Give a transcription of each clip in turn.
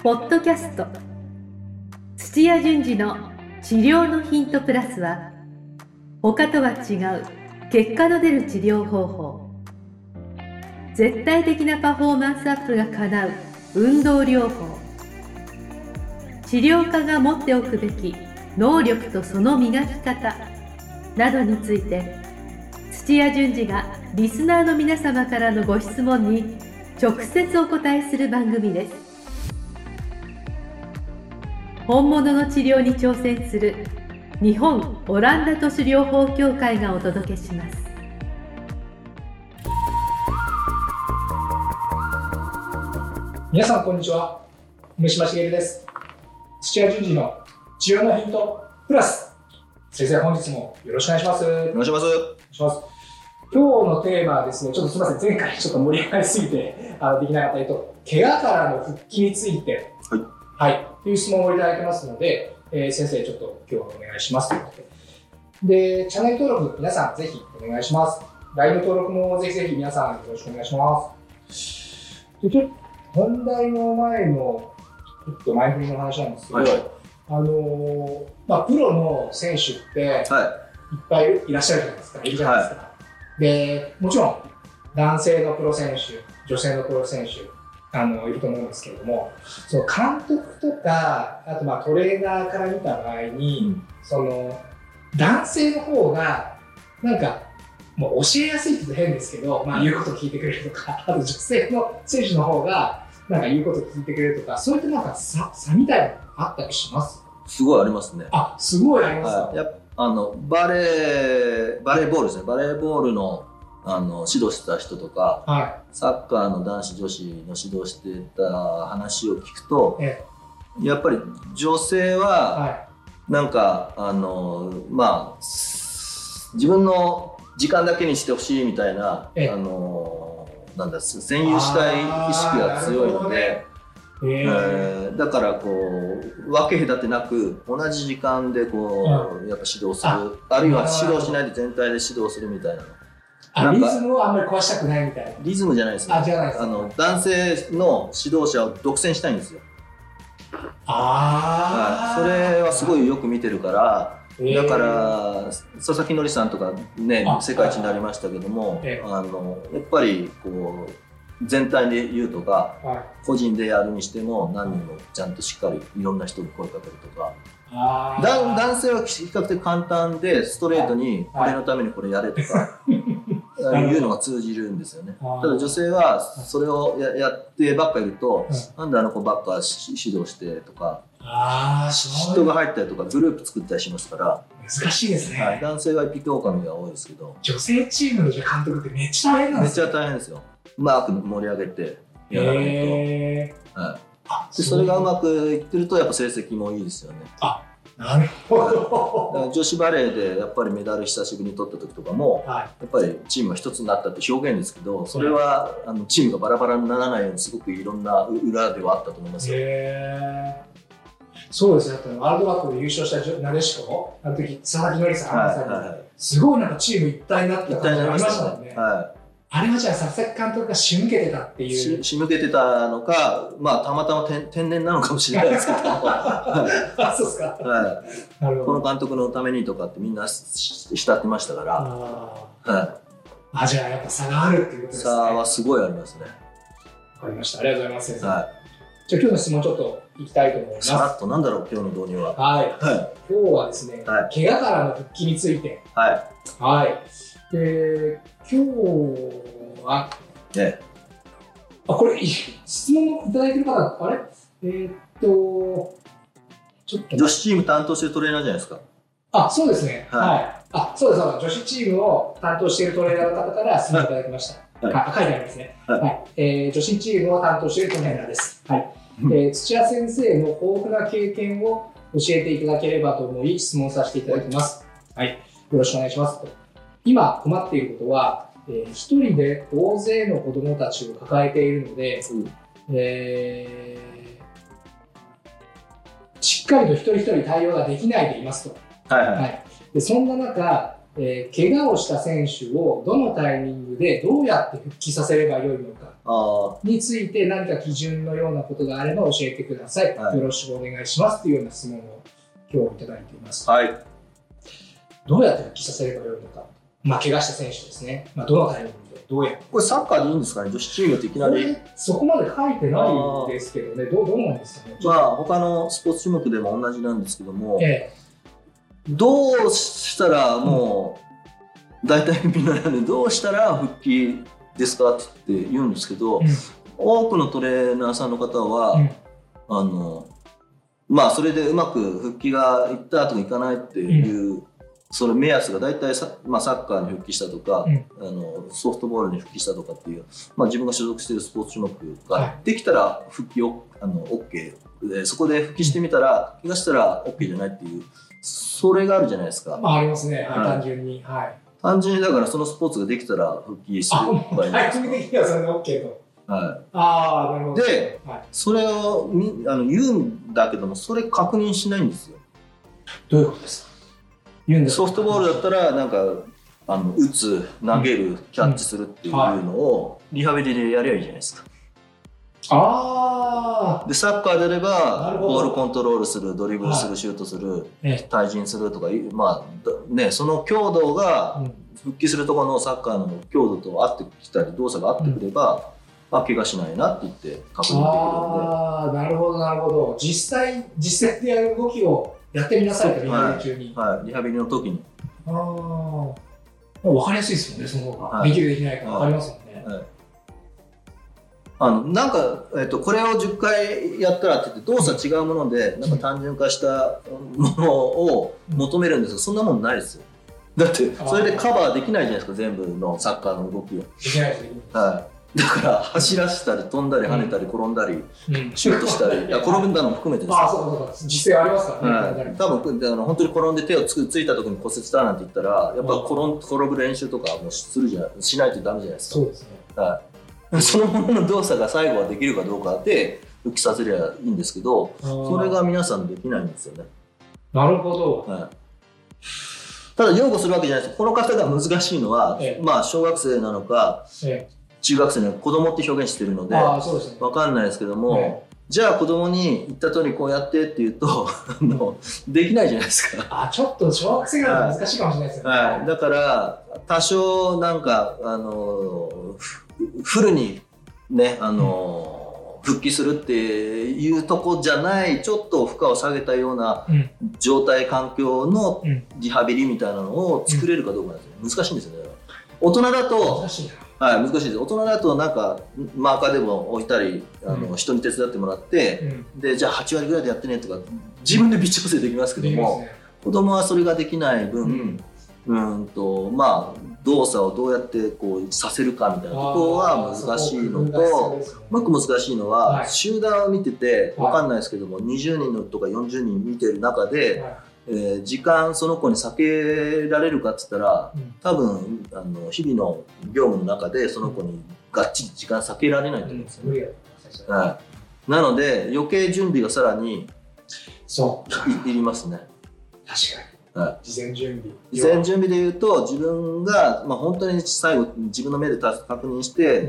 ポッドキャスト土屋順次の治療のヒントプラスは、他とは違う結果の出る治療方法、絶対的なパフォーマンスアップが叶う運動療法、治療家が持っておくべき能力とその磨き方などについて、土屋順次がリスナーの皆様からのご質問に直接お答えする番組です。本物の治療に挑戦する日本オランダ都市療法協会がお届けします。 皆さんこんにちは、梅島茂です。土屋順次の治療のヒントプラス、先生本日もよろしくお願いします。 お願いします。 今日のテーマはですね、ちょっとすみません、前回ちょっと盛り上がりすぎてできなかった怪我からの復帰について、はい、という質問をいただいてますので、先生ちょっと今日はお願いしますということで、チャンネル登録皆さんぜひお願いします。LINE の登録もぜひぜひ皆さんよろしくお願いします。で、ちょっと本題の前のちょっと前振りの話なんですけど、プロの選手っていっぱいいらっしゃるじゃないですか、いるじゃないですか。で、もちろん男性のプロ選手、女性のプロ選手いると思うんですけれども、その監督とか、あとトレーナーから見た場合に、その男性の方がなんかもう教えやすいって言うと変ですけど、言うこと聞いてくれるとか、あと女性の選手の方がなんか言うこと聞いてくれるとか、そういったなんか差みたいなのあったりします？ すごいありますね。 すごいありますか？ バレーボールですね。バレーボールの指導してた人とか、サッカーの男子女子の指導してた話を聞くと、やっぱり女性はなんか自分の時間だけにしてほしいみたいななんだ占有したい意識が強いので、だからこう分け隔てなく同じ時間でこうやっぱ指導する、あるいは指導しないで全体で指導するみたいなの。 リズムをあんまり壊したくないみたいな。 リズムじゃないですか。男性の指導者を独占したいんですよ。それはすごいよく見てるから、だから佐々木典さんとかね、世界一になりましたけども、やっぱりこう全体で言うとか、個人でやるにしても何人もちゃんとしっかりいろんな人に声かけるとか。男性は比較的簡単でストレートにこれのためにこれやれとかいうのが通じるんですよね。ただ女性はそれを やってばっかいると、なんであの子ばっか指導してとか、人が入ったりとかグループ作ったりしますから難しいですね。 男性は一匹狼が多いですけど、 女性チームの監督ってめっちゃ大変なんですよ。 めっちゃ大変ですよ。うまく盛り上げてやらないと。でそれがうまくいってるとやっぱ成績もいいですよね。 なるほど。 女子バレーでやっぱりメダル久しぶりに取った時とかも、やっぱりチームが一つになったって表現ですけど、それはチームがバラバラにならないようにすごくいろんな裏ではあったと思いますよ。 そうですね。ワールドカップで優勝したなでしこ、あの時佐々木典さん、すごいなんかチーム一体になった感じがありましたもんね。あれはじゃあ佐々木監督が仕向けてたっていう。 仕向けてたのか、たまたま天然なのかもしれないですけど。 そうですか。 なるほど。この監督のためにとかってみんな慕ってましたから。 じゃあやっぱ差があるっていうことですね。 差はすごいありますね。 わかりました。ありがとうございます、先生。じゃあ今日の質問ちょっといきたいと思います。 さらっとなんだろう、今日の導入は。 今日はですね、怪我からの復帰について。今日は、これ、質問をいただいてる方、ちょっと。 女子チーム担当してるトレーナーじゃないですか。そうですね。そうです。女子チームを担当しているトレーナーの方から質問いただきました。書いてありますね。女子チームを担当しているトレーナーです。土屋先生の豊富な経験を教えていただければと思い質問させていただきます。よろしくお願いします。今困っていることは、一人で大勢の子どもたちを抱えているので、しっかりと一人一人対応ができないでいますと。でそんな中、 怪我をした選手をどのタイミングでどうやって復帰させればよいのかについて何か基準のようなことがあれば教えてください。よろしくお願いしますというような質問を今日いただいています。 はい。 どうやって復帰させればよいのか。怪我した選手ですね。どのタイミングでどうやって。 これサッカーでいいんですかね、女子チームっていきなり。 そこまで書いてないんですけどね、どうなんですかね。 他のスポーツ種目でも同じなんですけども、どうしたらもう、大体みんなでどうしたら復帰ですかって言うんですけど、多くのトレーナーさんの方は、それでうまく復帰がいった後にいかないっていう、その目安が大体サッカーに復帰したとか、ソフトボールに復帰したとかっていう、自分が所属しているスポーツ種目ができたら復帰をOK で、そこで復帰してみたら怪我したら OK じゃないっていう、それがあるじゃないですか。 ありますね、単純に。 単純にだからそのスポーツができたら復帰すればいい。 単純にできたらそれで OK と。なるほど。 で、それを言うんだけども、それ確認しないんですよ。 どういうことですか？ ソフトボールだったら打つ、投げる、キャッチするっていうのをリハビリでやりゃいいじゃないですか。でサッカーであればボールコントロールする、ドリブルする、シュートする、対陣するとか、その強度が復帰するところのサッカーの強度と合ってきたり動作が合ってくれば、怪我しないなって言って確認できるので。 なるほどなるほど。実践でやる動きをやってみなさいと、リハビリ中に。 リハビリの時に。 分かりやすいですよね、その方が。できるできないか分かりますもんね。 これを10回やったらって言って動作違うもので単純化したものを求めるんですけど、そんなもんないですよ。だってそれでカバーできないじゃないですか、全部のサッカーの動きを。 できないですね。 だから走らせたり飛んだり跳ねたり転んだりシュートしたり、転んだのも含めてですそう実践ありますからね。 多分本当に転んで手をついた時に骨折だなんて言ったら、やっぱ転ぶ練習とかもしないとダメじゃないですか。 そうですね。 そのものの動作が最後はできるかどうかで復帰させりゃいいんですけど、それが皆さんできないんですよね。 なるほど。 ただ擁護するわけじゃないです。この方が難しいのは、小学生なのか、中学生の子供って表現してるので分かんないですけども、じゃあ子供に言った通りこうやってって言うとできないじゃないですか。 ちょっと小学生ぐらい難しいかもしれないですよね。 だから多少フルにね復帰するっていうとこじゃない、ちょっと負荷を下げたような状態環境のリハビリみたいなのを作れるかどうかなんですよ。難しいんですよね。大人だと難しいです。大人だとマーカーでも置いたり人に手伝ってもらって、でじゃあ8割ぐらいでやってねとか自分で微調整できますけども、子供はそれができない分、動作をどうやってさせるかみたいなところは難しいのと、もう一個難しいのは、集団を見てて分かんないですけども、20人とか40人見てる中で、時間その子に避けられるかって言ったら、多分日々の業務の中でその子にがっちり時間避けられないと思うんですよね。なので余計準備がさらにいりますね。 確かに。事前準備でいうと、自分が、本当に最後自分の目で確認して、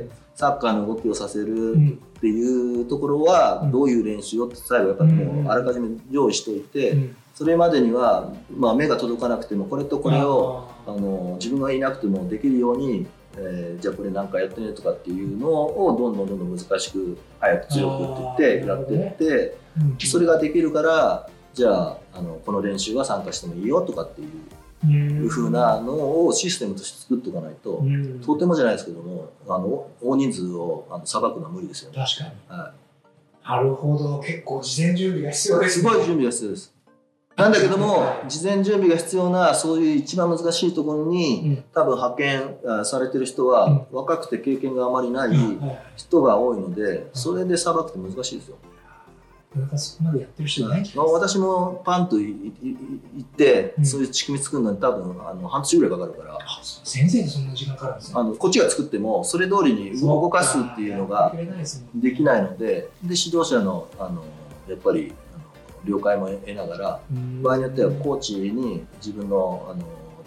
サッカーの動きをさせるっていうところはどういう練習をって最後やっぱもうあらかじめ用意しておいて、それまでには、目が届かなくてもこれとこれを自分がいなくてもできるように、じゃあこれ何かやってねとかっていうのをどんどん難しく早く強くって言ってやっていって、それができるからじゃあこの練習は参加してもいいよとかっていう風なのをシステムとして作っておかないと、とてもじゃないですけども大人数をさばくのは無理ですよね。 確かに。なるほど。結構事前準備が必要ですね。 すごい準備が必要です。なんだけども、事前準備が必要なそういう一番難しいところに、多分派遣されてる人は、若くて経験があまりない人が多いので、それでさばくって難しいですよ。 そこまでやってる人いない気がする。 私もパンと行って、そういう仕組み作るのに多分半年ぐらいかかるから。 先生にそんな時間かかるんですね。 こっちが作ってもそれ通りに動かすっていうのができないので、指導者のやっぱり了解も得ながら、場合によってはコーチに自分の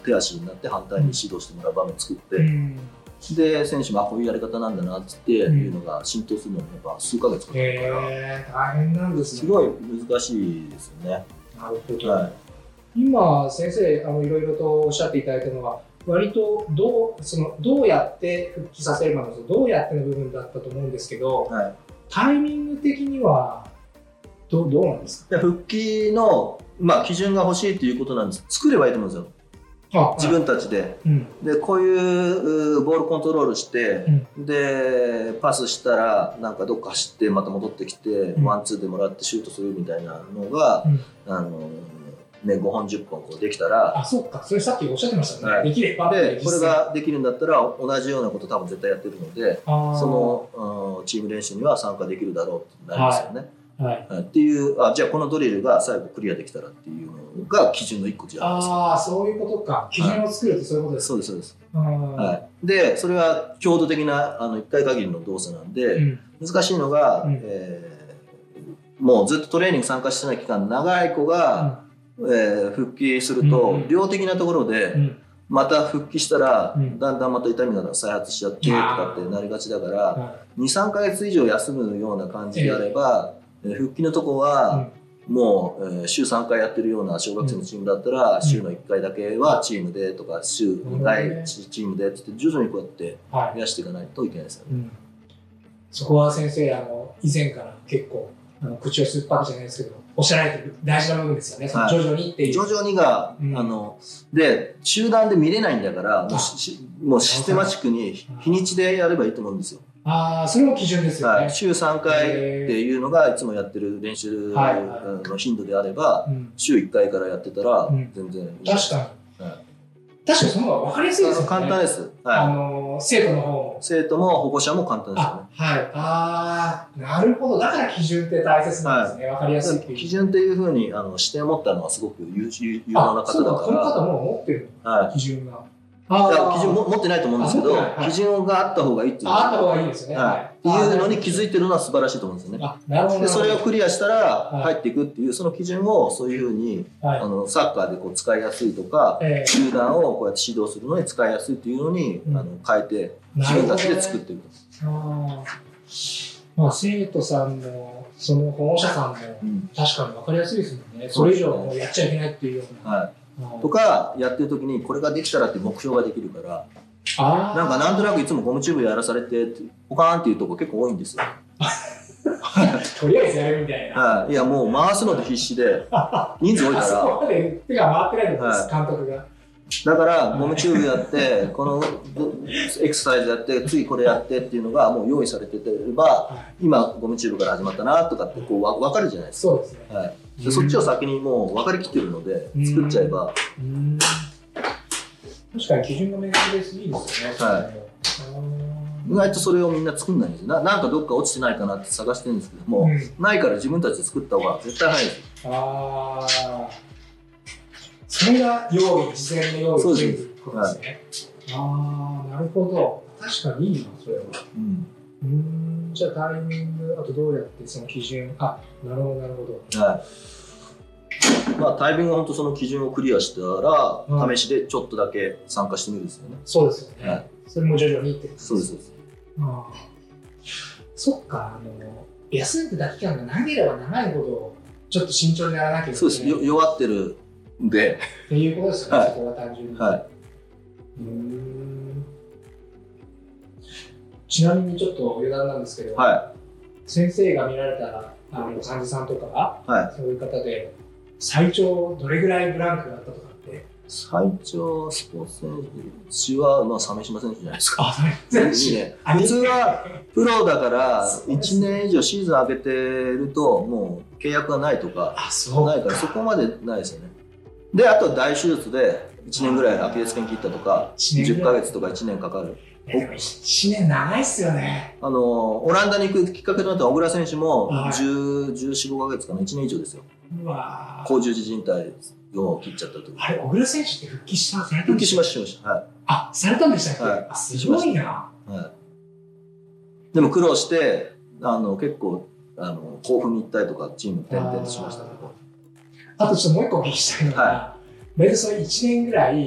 手足になって反対に指導してもらう場面を作って、で選手もこういうやり方なんだなっていうのが浸透するのにやっぱ数ヶ月かかるから大変なんですね。 すごい難しいですよね。 なるほど、今先生いろいろとおっしゃっていただいたのは割とどうやって復帰させるかのどうやっての部分だったと思うんですけど、タイミング的にはどうなんですか？ 復帰の、基準が欲しいということなんです。作ればいいと思うんですよ。自分たちで、でこういうボールコントロールして、でパスしたらなんかどっか走ってまた戻ってきて、ワンツーでもらってシュートするみたいなのが、5本10本こうできたら、 そうか、それさっきおっしゃってましたね。できればでこれができるんだったら同じようなこと多分絶対やってるので、そのチーム練習には参加できるだろうってなりますよね。っていうじゃあこのドリルが最後クリアできたらっていうのが基準の一個じゃないですか。 そういうことか。基準を作るってそういうことですか。 そうですそうです。でそれは強度的な1回限りの動作なんで、難しいのが、もうずっとトレーニング参加してない期間長い子が、復帰すると、量的なところで、また復帰したら、だんだんまた痛みが再発しちゃってとかってなりがちだから、23ヶ月以上休むような感じであれば、復帰のとこはもう週3回やってるような小学生のチームだったら、週の1回だけはチームでとか週2回チームでって徐々にこうやって増やしていかないといけないですよね。 そこは先生以前から結構口を酸っぱくじゃないですけどおっしゃられてる大事な部分ですよね。徐々にっていう。 徐々にが、で集団で見れないんだからもうシステマチックに日にちでやればいいと思うんですよ。 それも基準ですよね。 週3回っていうのがいつもやってる練習の頻度であれば、週1回からやってたら全然いい。 確かにその方が分かりやすいですよね。 簡単です。 生徒の方も。 生徒も保護者も簡単ですよね。 なるほど。だから基準って大切なんですね。分かりやすい。 基準っていうふうに視点を持ったのはすごく有能な方だから。 この方も持ってる基準が。 基準持ってないと思うんですけど、基準があった方がいいっていう。 あった方がいいですよね。 っていうのに気づいてるのは素晴らしいと思うんですよね。 なるほど。 でそれをクリアしたら入っていくっていうその基準をそういうふうにサッカーでこう使いやすいとか、集団をこうやって指導するのに使いやすいっていうのに変えて自分たちで作ってる。 生徒さんもその保護者さんも確かに分かりやすいですもんね。それ以上もうやっちゃいけないっていうような。 とかやってる時にこれができたらって目標ができるから、なんとなくいつもゴムチューブやらされてポカーンっていうとこ結構多いんですよ。 とりあえずやるみたいな。 いやもう回すので必死で人数多いから。 そこまで手が回ってないんです、監督が。 だからゴムチューブやってこのエクササイズやって次これやってっていうのがもう用意されててれば、今ゴムチューブから始まったなとかってこう分かるじゃないですか。 そうですね。 でそっちを先にもう分かりきってるので作っちゃえば。 確かに基準が明確ですいいですよね。 意外とそれをみんな作んないんですよ。なんかどっか落ちてないかなって探してるんですけども、ないから自分たちで作った方が絶対早いですよ。それが事前の用意ということですね。なるほど。確かにいいな、それは。じゃあタイミング、あとどうやってその基準、なるほど、なるほど。タイミングは本当その基準をクリアしたら、試しでちょっとだけ参加してみるんですよね。 そうですよね。それも徐々にってことです。 そうです。 そっか、休んでた期間が長ければ長いほど、ちょっと慎重にならなきゃいけない。 そうです。弱ってるんで。 っていうことですよね、そこが単純に。ちなみにちょっと余談なんですけど、先生が見られた患者さんとか、そういう方で最長どれぐらいブランクがあったとかって？ 最長スポーツ選手は鮫島選手じゃないですか。普通はプロだから1年以上シーズン上げてるともう契約がないとかないからそこまでないですよね。であと大手術で1年ぐらいアキレス腱切ったとか10ヶ月とか1年かかる。 1年長いっすよね。 オランダに行くきっかけとなった小倉選手も14、15ヶ月かな、1年以上ですよ。甲状腺靭帯を切っちゃった時。 あれ、小倉選手って復帰されたんですか？ 復帰しました。 されたんでしたっけ？すごいな。 でも苦労して結構甲府に行ったりとかチーム転々としましたけど。 あとちょっともう一個お聞きしたいのが、大体その1年ぐらい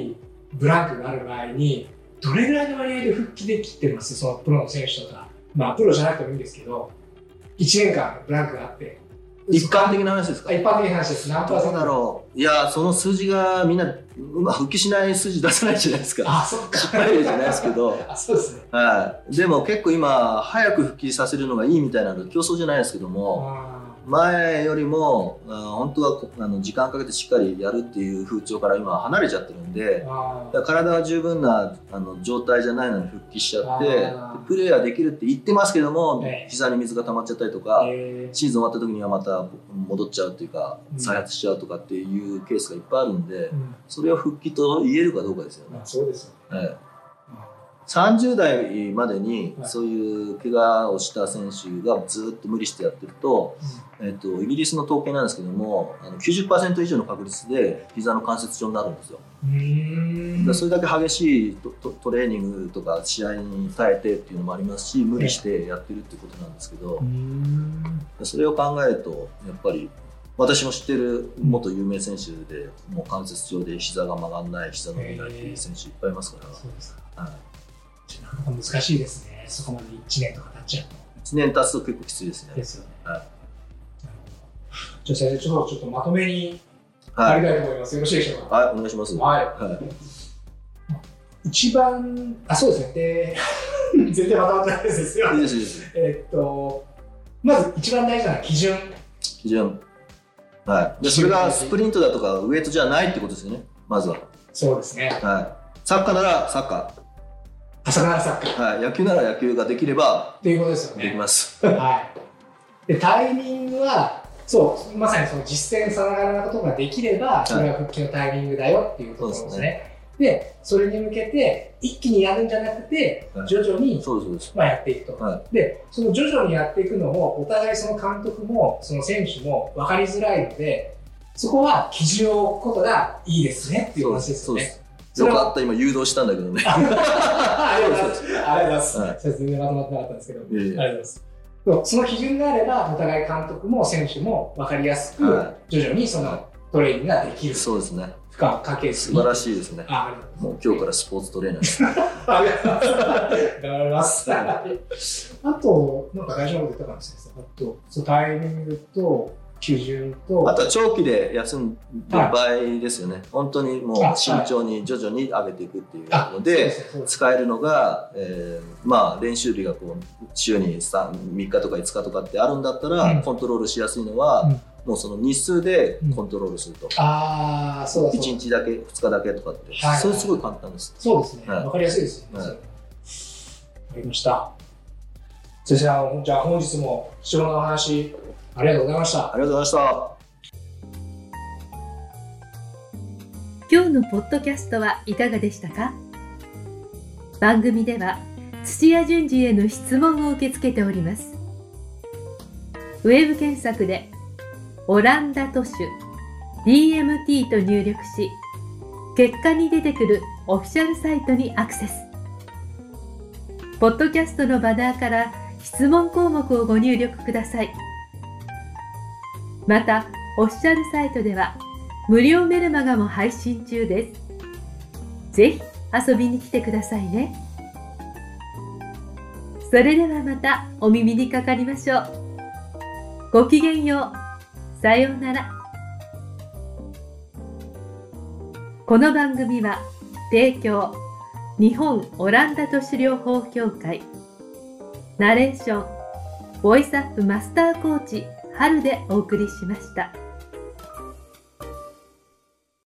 ブランクがある場合に、どれぐらいの割合で復帰できてます？そのプロの選手とか。まあ、プロじゃなくてもいいんですけど、1年間ブランクがあって。 一般的な話ですか？ 一般的な話です。何パーセントだろう。いや、その数字がみんな、復帰しない数字出さないじゃないですか。 あ、そっか。 失敗例じゃないですけど。 あ、そうですね。 はい。でも結構今、早く復帰させるのがいいみたいなの競争じゃないですけども、前よりも本当は時間かけてしっかりやるっていう風潮から今離れちゃってるんで、体が十分な状態じゃないのに復帰しちゃってプレーはできるって言ってますけども、膝に水が溜まっちゃったりとか、シーズン終わった時にはまた戻っちゃうっていうか、再発しちゃうとかっていうケースがいっぱいあるんで、それを復帰と言えるかどうかですよね。 そうですよね。 30代までにそういう怪我をした選手がずっと無理してやってると、イギリスの統計なんですけども、90% 以上の確率で膝の関節症になるんですよ。それだけ激しいトレーニングとか試合に耐えてっていうのもありますし、無理してやってるってことなんですけど、それを考えるとやっぱり私も知ってる元有名選手でもう関節症で膝が曲がらない、膝伸びないっていう選手いっぱいいますから。 そうですか。難しいですね。そこまで1年とか経っちゃうと。 1年経つと結構きついですね。 ですよね。じゃあ先生、ちょっとまとめに入りたいと思います。よろしいでしょうか。 はい、お願いします。 はい。一番、そうですね。で、全然まとまってないですよ。 いいです、いいです。 まず一番大事な基準。 基準。はい。で、それがスプリントだとかウエイトじゃないってことですよね。まずは。 そうですね。 はい。サッカーならサッカー。 サッカー。 はい。野球なら野球ができれば。 っていうことですよね。 できます。 はい。で、タイミングは、そう、まさにその実践さながらなことができれば、それが復帰のタイミングだよっていうところですね。で、それに向けて、一気にやるんじゃなくて、徐々にやっていくと。で、その徐々にやっていくのも、お互いその監督も、その選手も分かりづらいので、そこは基準を置くことがいいですねっていう話ですよね。 よかった、今誘導したんだけどね。 ありがとうございます。全然まとまってなかったんですけど、ありがとうございます。その基準があれば、お互い監督も選手も分かりやすく、徐々にそのトレーニングができる。 そうですね。 負荷をかけずに。 素晴らしいですね。もう今日からスポーツトレーナーです。 ありがとうございます。あと、なんか大事なこと言ったかもしれないです。あと、そのタイミングと、基準と。あとは長期で休んでる場合ですよね。本当にもう慎重に徐々に上げていくっていうので、使えるのが、まあ練習日がこう、週に3日とか5日とかってあるんだったら、コントロールしやすいのは、もうその日数でコントロールすると。 そう 1日だけ、2日だけとかって。それすごい簡単です。 そうですね。わかりやすいですよね。わかりました。先生、じゃあ本日も貴重なお話、ありがとうございました。 ありがとうございました。 今日のポッドキャストはいかがでしたか？番組では土屋順次への質問を受け付けております。ウェブ検索でオランダ都市 DMT と入力し、結果に出てくるオフィシャルサイトにアクセス。ポッドキャストのバナーから質問項目をご入力ください。また、オフィシャルサイトでは無料メルマガも配信中です。ぜひ遊びに来てくださいね。それではまたお耳にかかりましょう。ごきげんよう。さようなら。この番組は提供日本オランダ都市療法協会、ナレーションボイスアップマスターコーチ春でお送りしました。